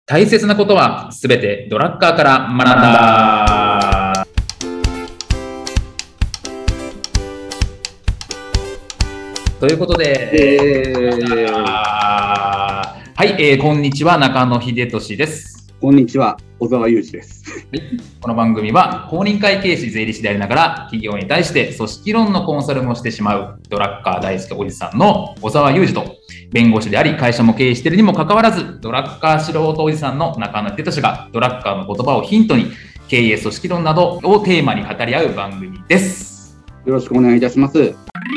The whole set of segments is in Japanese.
大切なことはすべてドラッカーから学んだ。ということで、はい、こんにちは、中野秀俊です。 こんにちは、小沢裕二です。 この番組は公認会計士税理士でありながら企業に対して組織論のコンサルもしてしまうドラッカー大好きおじさんの小沢裕二と、弁護士であり会社も経営しているにもかかわらずドラッカー素人おじさんの中野秀俊がドラッカーの言葉をヒントに経営組織論などをテーマに語り合う番組です。 よろしくお願いいたします。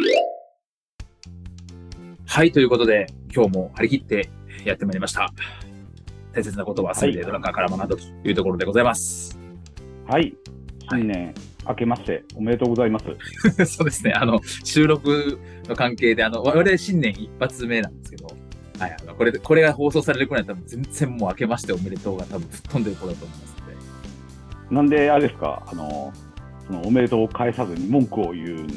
はい、ということで今日も張り切ってやってまいりました。大切なことは全てドラッカーから学んだというところでございます。 はい、新年明けましておめでとうございます。 そうですね、収録の関係で我々新年一発目なんですけど、はい、これが放送されるくらい多分全然もう明けましておめでとうが多分吹っ飛んでる頃だと思いますので。 なんであれですか、そのおめでとうを返さずに文句を言うんです。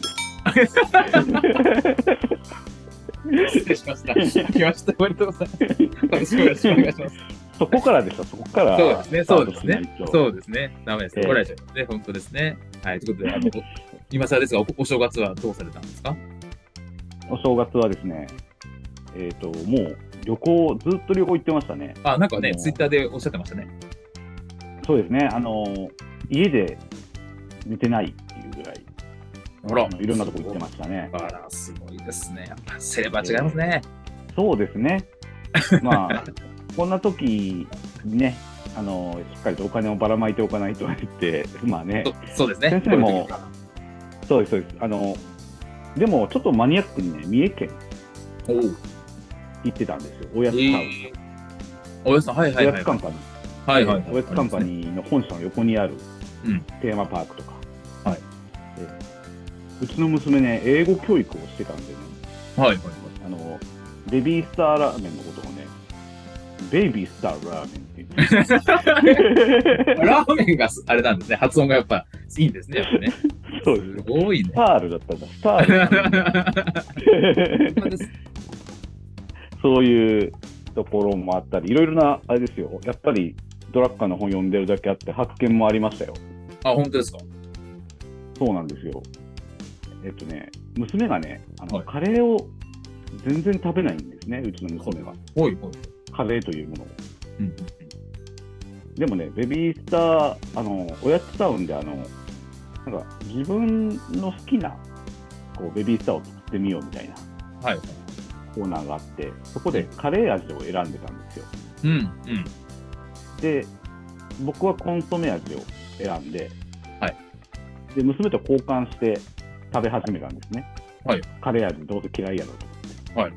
失礼しました。明けましておめでとうございます。よろしくお願いします。 そこからでした、そこから。 そうですね、そうですね。そうですね。ダメです。怒られちゃうね、本当ですね。はい、ということで、今更ですが、お正月はどうされたんですか？ お正月はですね、もう旅行、ずっと旅行行ってましたね。 あ、なんかね、ツイッターでおっしゃってましたね。 そうですね、家で寝てないっていうぐらい、いろんなとこ行ってましたね。 あら、すごいですね。やっぱセレバ違いますね。 そうですね。まあこんな時にね、しっかりとお金をばらまいておかないと言って、まあね、 そうですね。 先生も、そうです、そうです。でも、ちょっとマニアックにね、三重県行ってたんですよ、おやつタウン。 おやつ、はいはいはい。 おやつカンパニー。 はいはい。 おやつカンパニーの本社の横にあるテーマパークとか。 はい。 うちの娘ね、英語教育をしてたんでね。 はいはい。 ベビースターラーメンのことをね、ベイビースターラーメンって言ってラーメンがあれなんですね。発音がやっぱいいんですね。やっぱね。 そうです。 すごいね。 スタールだったんだ。スタール。そういうところもあったり、いろいろなあれですよ。やっぱりドラッカーの本読んでるだけあって発見もありましたよ。 あ、本当ですか？ そうなんですよ。娘がね、カレーを全然食べないんですね。うちの娘が。カレーというものを。でもね、ベビースター、おやつタウンでなんか自分の好きなベビースターを作ってみようみたいなコーナーがあって、そこでカレー味を選んでたんですよ。で、僕はコンソメ味を選んで、で娘と交換して食べ始めたんですね。カレー味どうせ嫌いやろと思って。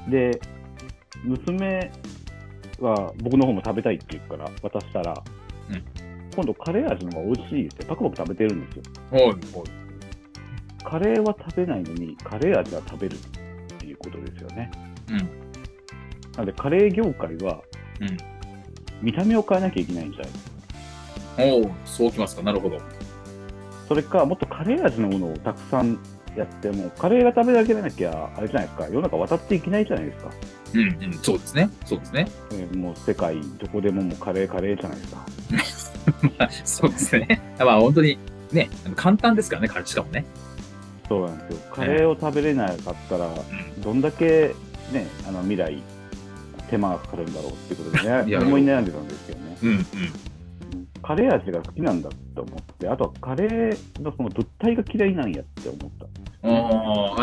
で、娘は僕の方も食べたいって言うから渡したら、今度カレー味の方が美味しいってパクパク食べてるんですよ。カレーは食べないのにカレー味は食べるっていうことですよね。なのでカレー業界は、見た目を変えなきゃいけないんじゃないですか。 そうきますか。なるほど。 それかもっとカレー味のものをたくさんやってもカレーが食べられなきゃあれじゃないですか、世の中渡っていけないじゃないですか。 そうですね。そうですね。 もう世界どこでももうカレーじゃないですか。 そうですね。まあ本当にね、簡単ですからね、しかもね。 そうなんですよ。カレーを食べれなかったら、どんだけね、未来手間がかかるんだろうっていうことでね、思い悩んでたんですよね。カレー味が好きなんだって思って、あとはカレーのその物体が嫌いなんやって思った。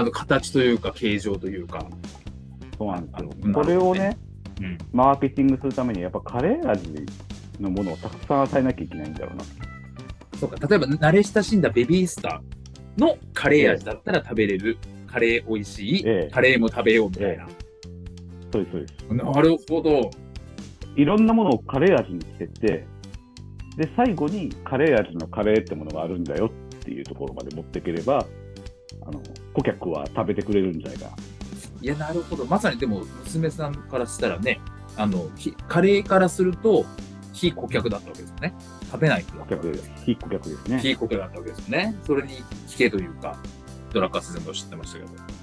形というか形状というか。 そうなんですよ。これをね、マーケティングするためにやっぱカレー味のものをたくさん与えなきゃいけないんだろうな。 そうか、例えば慣れ親しんだベビースターのカレー味だったら食べれる、カレー美味しい、カレーも食べようみたいな。 そうですそうです。 なるほど。 いろんなものをカレー味にしてて、で最後にカレー味のカレーってものがあるんだよっていうところまで持っていければ、顧客は食べてくれるんじゃないかな。 いや、なるほど。まさにでも娘さんからしたらね、カレーからすると非顧客だったわけですよね。食べない顧客です。非顧客ですね。 非顧客だったわけですよね。それに聞けというか、ドラッカー先生もおっしゃってました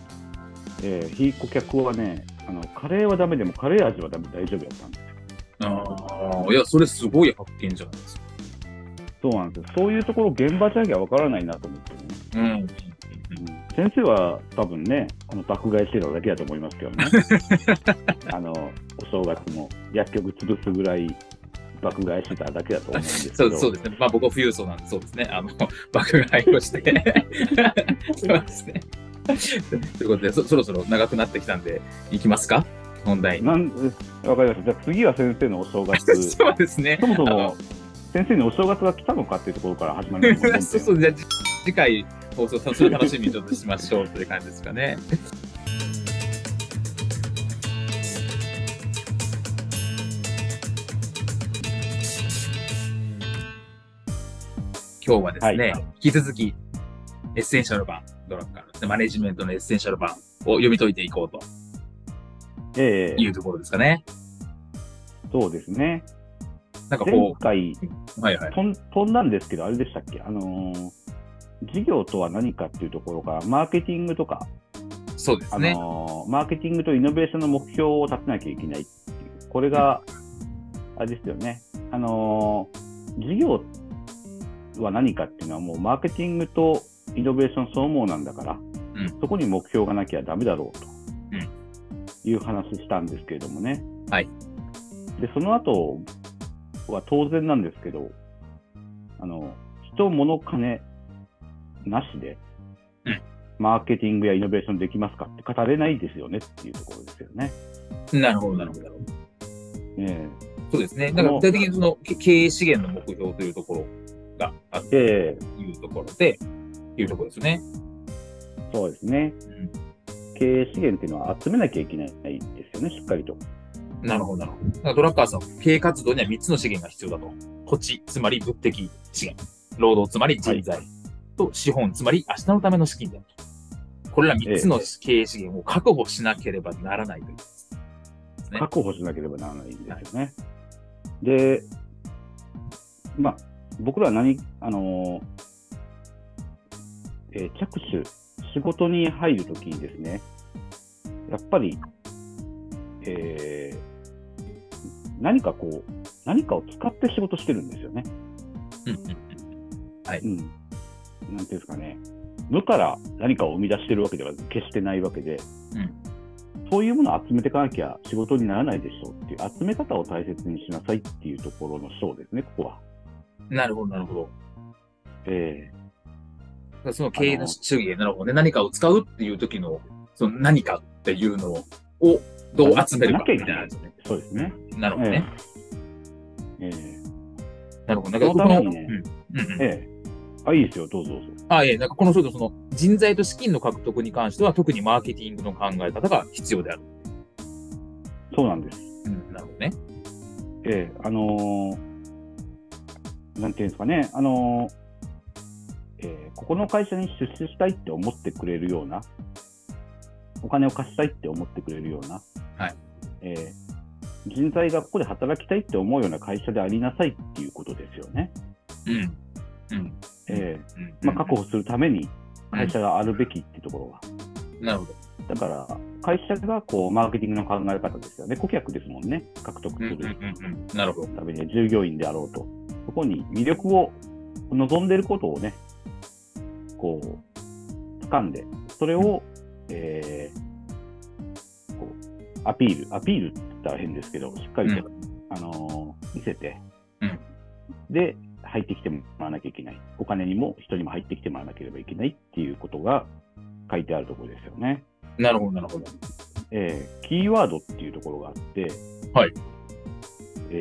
けど。 非顧客はね、カレーはダメでもカレー味は大丈夫やったんですよ。 いや、それすごい発見じゃないですか。 そうなんですよ。そういうところ、現場じゃなきゃわからないなと思ってね。先生は多分ね、爆買いしてただけだと思いますけどね。お正月も薬局潰すぐらい爆買いしてただけだと思うんですけど。 そうですね。まあ僕は富裕層なんで、そうですね。爆買いをして。そうですね。ということで、そろそろ長くなってきたんで、いきますか本題に。 わかりました。じゃあ次は先生のお正月。 そうですね。 そもそも先生にお正月が来たのかっていうところから始まります。 そう、じゃあ次回放送、それ楽しみにちょっとしましょうという感じですかね。今日はですね、引き続きエッセンシャル版、ドラッカーのマネジメントのエッセンシャル版を読み解いていこうというところですかね。 そうですね。 なんかこう、 前回、飛んだんですけど、あれでしたっけ、事業とは何かっていうところから、マーケティングとか、 そうですね。 マーケティングとイノベーションの目標を立てなきゃいけないっていう、これが、あれですよね。事業は何かっていうのはもうマーケティングとイノベーション総合なんだから、そこに目標がなきゃダメだろうという話したんですけれどもね。 はい。 で、その後は当然なんですけど、人、物、金なしで、マーケティングやイノベーションできますかって語れないですよねっていうところですよね。 なるほど、なるほど。そうですね。だから具体的にその経営資源の目標というところがあって、いうところで、いうところですね。 そうですね。経営資源っていうのは集めなきゃいけないですよね、しっかりと。 なるほど、なるほど。だからドラッカーさん、経営活動には3つの資源が必要だと。土地、つまり物的資源。労働、つまり人材。と資本、つまり明日のための資金であると。これら3つの経営資源を確保しなければならないということですね。確保しなければならないんですよね。で、まあ、僕らは着手、仕事に入るときにですね、やっぱり、何かを使って仕事してるんですよね。 はい。 なんていうんですかね。無から何かを生み出してるわけでは決してないわけで、そういうものを集めていかなきゃ仕事にならないでしょうっていう、集め方を大切にしなさいっていうところの章ですね、ここは。なるほど、なるほど。その経営の主義、なるほどね。何かを使うっていう時の、その何かっていうのをどう集めるかみたいなですね。 そうですね。 なるほどね。なるほど。 そのためにね、いいですよ、どうぞどうぞ。 なんかこのその人材と資金の獲得に関しては、特にマーケティングの考え方が必要である。 そうなんです。 なるほどね。 なんていうんですかね、ここの会社に出資したいって思ってくれるような、お金を貸したいって思ってくれるような、人材がここで働きたいって思うような会社でありなさいっていうことですよね。確保するために会社があるべきっていうところは。 なるほど。 だから会社がマーケティングの考え方ですよね。顧客ですもんね。獲得するなるほど。 ために従業員であろうと、そこに魅力を望んでいることをね、掴んで、それを、アピールって言ったら変ですけど、しっかりと、見せて、で、入ってきてもらわなきゃいけない。お金にも人にも入ってきてもらわなければいけないっていうことが書いてあるところですよね。 なるほど、なるほど。 キーワードっていうところがあって、そう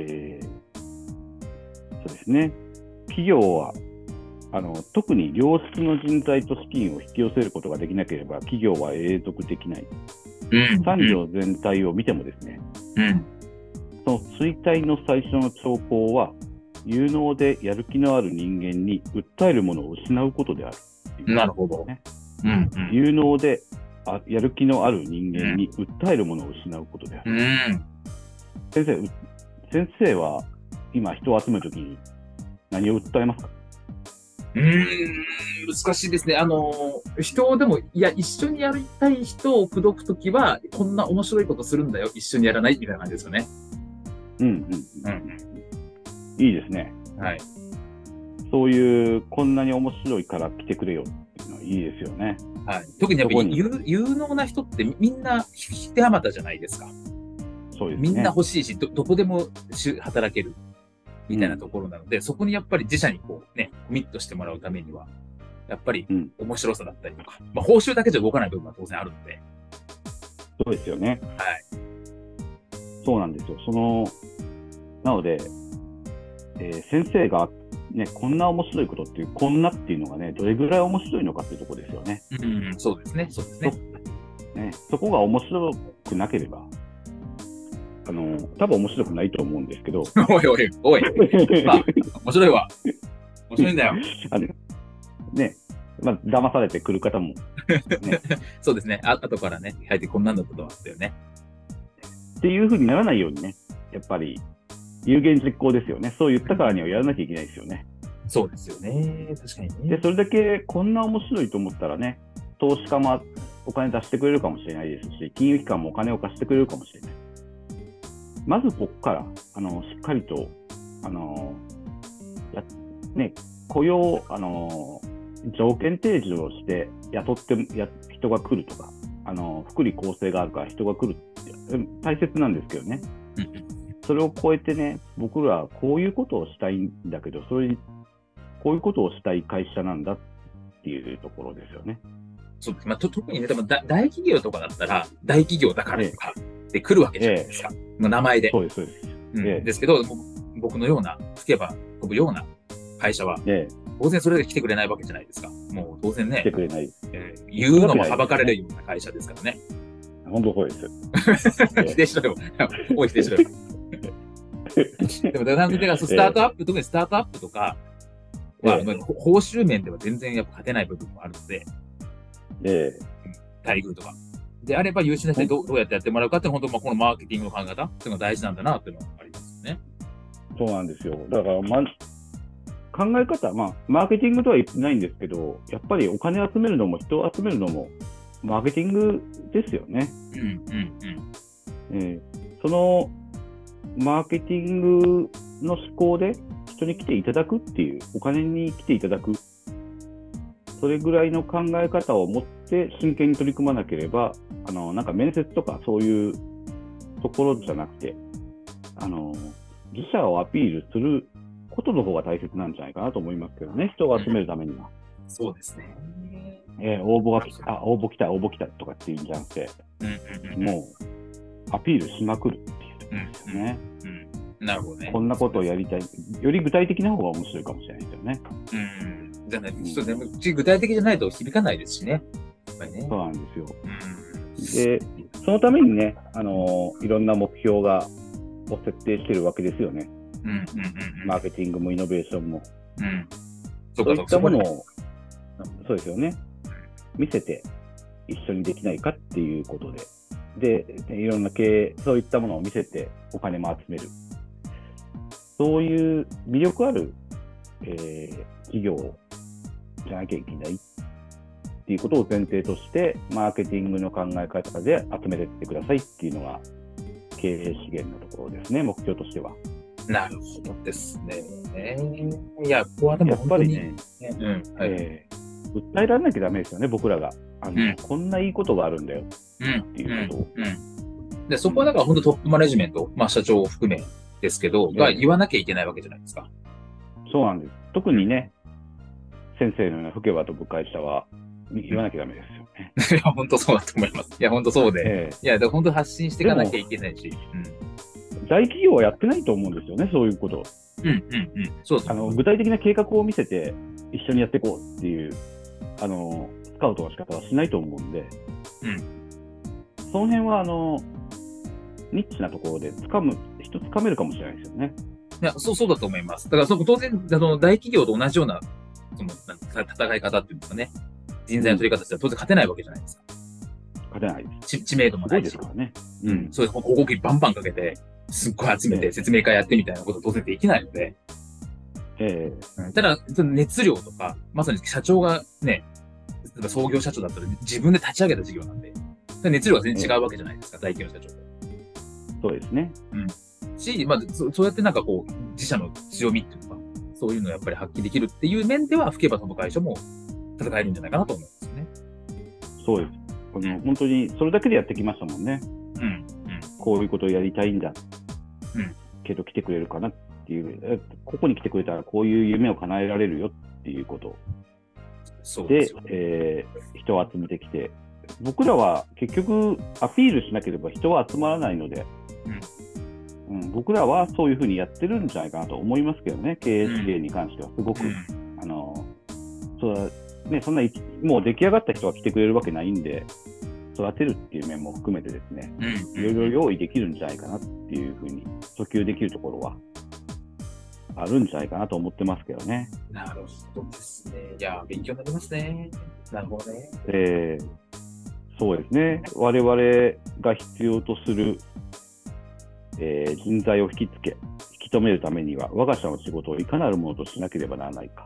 ですね。企業は、特に良質の人材と資金を引き寄せることができなければ、企業は永続できない。産業全体を見てもですね、その衰退の最初の兆候は、有能でやる気のある人間に訴えるものを失うことである、ね。 なるほど。 有能でやる気のある人間に訴えるものを失うことである。先生は今人を集めるときに何を訴えますか？ 難しいですね。人でも、一緒にやりたい人を口説くときは、こんな面白いことするんだよ、一緒にやらないみたいな感じですよね。 うんうんうん。いいですね。 はい。 そういう、こんなに面白いから来てくれよっていうのはいいですよね。 はい。特にやっぱり有能な人ってみんな引手あまたじゃないですか。 そうですね。 みんな欲しいし、どこでも働けるみたいなところなので、そこにやっぱり自社にこうね、コミットしてもらうためには、やっぱり面白さだったりとか、報酬だけじゃ動かない部分は当然あるので。 そうですよね。 はい。 そうなんですよ。なので、先生がね、こんな面白いことっていう、こんなっていうのがね、どれぐらい面白いのかっていうところですよね。 そうですね。そうですね。 そこが面白くなければ、多分面白くないと思うんですけど。 おい。まあ、面白いわ。面白いんだよ。 ね、騙されてくる方も、ね。 そうですね。後からね、入ってこんなんだったと思ったよね。 っていう風にならないようにね、やっぱり、有言実行ですよね。そう言ったからにはやらなきゃいけないですよね。 そうですよね。確かにね。 で、それだけこんな面白いと思ったらね、投資家もお金出してくれるかもしれないですし、金融機関もお金を貸してくれるかもしれない。まずここから、しっかりと、雇用、条件提示をして雇って人が来るとか、福利厚生があるから人が来るって大切なんですけどね。それを超えてね、僕らはこういうことをしたいんだけど、こういうことをしたい会社なんだっていうところですよね。 そうです。特にね、大企業とかだったら、大企業だからとかで来るわけじゃないですか。名前で。 そうです、そうです。 ですけど、僕のような、吹けば飛ぶような会社は、当然それで来てくれないわけじゃないですか。もう当然ね、 来てくれない。 言うのもはばかれるような会社ですからね。 本当そうです。 否定しろよ。おい、否定しろよ。でも、だからスタートアップ、特にスタートアップとかは、報酬面では全然やっぱ勝てない部分もあるので、待遇とか。であれば優秀な人にどうやってやってもらうかって、本当このマーケティングの考え方っていうのが大事なんだなっていうのがありますよね。 そうなんですよ。だから、考え方、マーケティングとは言ってないんですけど、やっぱりお金を集めるのも人を集めるのも、マーケティングですよね。そのマーケティングの思考で人に来ていただくっていう、お金に来ていただく、それぐらいの考え方を持って真剣に取り組まなければ、なんか面接とかそういうところじゃなくて、自社をアピールすることの方が大切なんじゃないかなと思いますけどね、人を集めるためには。 そうですね。 応募来たとかっていうんじゃなくて、もうアピールしまくるっていうところですよね。 なるほどね。 こんなことをやりたい。より具体的な方が面白いかもしれないですよね。 じゃない、具体的じゃないと響かないですしね。やっぱりね。 そうなんですよ。で、そのためにね、いろんな目標を設定してるわけですよね。マーケティングもイノベーションも。そういったものを、そうですよね。見せて一緒にできないかっていうことで。で、いろんなそういったものを見せてお金も集める。そういう魅力ある、企業じゃなきゃいけないっていうことを前提として、マーケティングの考え方で集めていってくださいっていうのが経営資源のところですね、目標としては。 なるほどですね。いや、ここはでもやっぱりね、訴えられなきゃダメですよね、僕らが。こんないいことがあるんだよっていうことを。 で、そこはだから本当トップマネジメント、社長を含めですけど、が言わなきゃいけないわけじゃないですか。 そうなんです。特にね、先生のような吹けば飛ぶ会社は言わなきゃダメですよね。 いや、本当そうだと思います。いや、本当そうで。いや、本当発信していかなきゃいけないし。 大企業はやってないと思うんですよね、そういうこと。 そう具体的な計画を見せて一緒にやっていこうっていうスカウトの仕方はしないと思うんで、その辺はニッチなところで掴めるかもしれないですよね。 いや、そうだと思います。だから当然大企業と同じような戦い方っていうんですかね、人材の取り方しては当然勝てないわけじゃないですか。 勝てないです。 知名度もないし。 すごいですからね。 そういう広告バンバンかけて、すっごい集めて説明会やってみたいなことは当然できないので。ただ、熱量とか、まさに社長がね、例えば創業社長だったら自分で立ち上げた事業なんで、熱量が全然違うわけじゃないですか、大企業の社長と。 そうですね。 し、まあ、そうやってなんかこう、自社の強みっていうか、そういうのをやっぱり発揮できるっていう面では、吹けば飛ぶ会社も戦えるんじゃないかなと思いますね。 そうです。本当にそれだけでやってきましたもんね。 うん。うん。 こういうことをやりたいんだ。 うん。 けど来てくれるかなっていう、ここに来てくれたらこういう夢を叶えられるよっていうことで、人を集めてきて、僕らは結局アピールしなければ人は集まらないので、僕らはそういうふうにやってるんじゃないかなと思いますけどね、経営資源に関してはすごく、そんなもう出来上がった人が来てくれるわけないんで、育てるっていう面も含めてですね、いろいろ用意できるんじゃないかなっていうふうに訴求できるところはあるんじゃないかなと思ってますけどね。 なるほどですね。いや、勉強になりますね。なるほどね。 そうですね。我々が必要とする、人材を引き止めるためには、我が社の仕事をいかなるものとしなければならないか。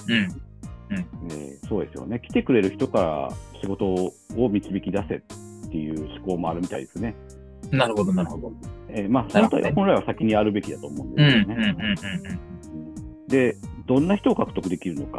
そうですよね。来てくれる人から仕事を導き出せっていう思考もあるみたいですね。 なるほど、なるほど。 本来は先にやるべきだと思うんですよね。で、どんな人を獲得できるのか。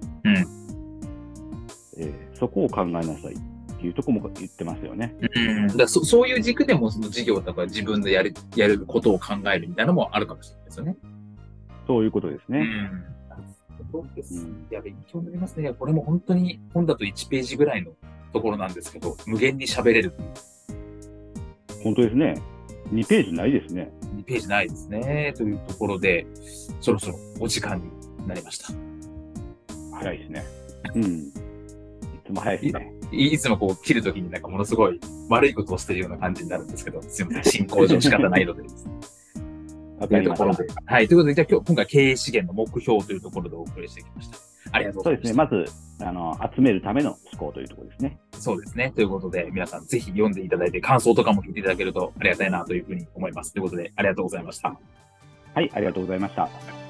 そこを考えなさいっていうところも言ってますよね。 そういう軸でもその事業とか自分でやることを考えるみたいなのもあるかもしれないですよね。 そういうことですね。 そうです。いや、勉強になりますね。これも本当に本だと1ページぐらいのところなんですけど、無限に喋れる。 本当ですね。2ページないですね。 2ページないですね。というところで、そろそろお時間になりました。 早いですね。いつも早いですね。 いつもこう切るときになんかものすごい悪いことをしているような感じになるんですけど、すみません。進行上仕方ないのでですね。 わかりました。 はい。ということで、じゃあ今回経営資源の目標というところでお送りしてきました。ありがとうございます。 そうですね。まず、集めるための思考というところですね。 そうですね。ということで、皆さんぜひ読んでいただいて、感想とかも聞いていただけるとありがたいなというふうに思います。ということで、ありがとうございました。 はい、ありがとうございました。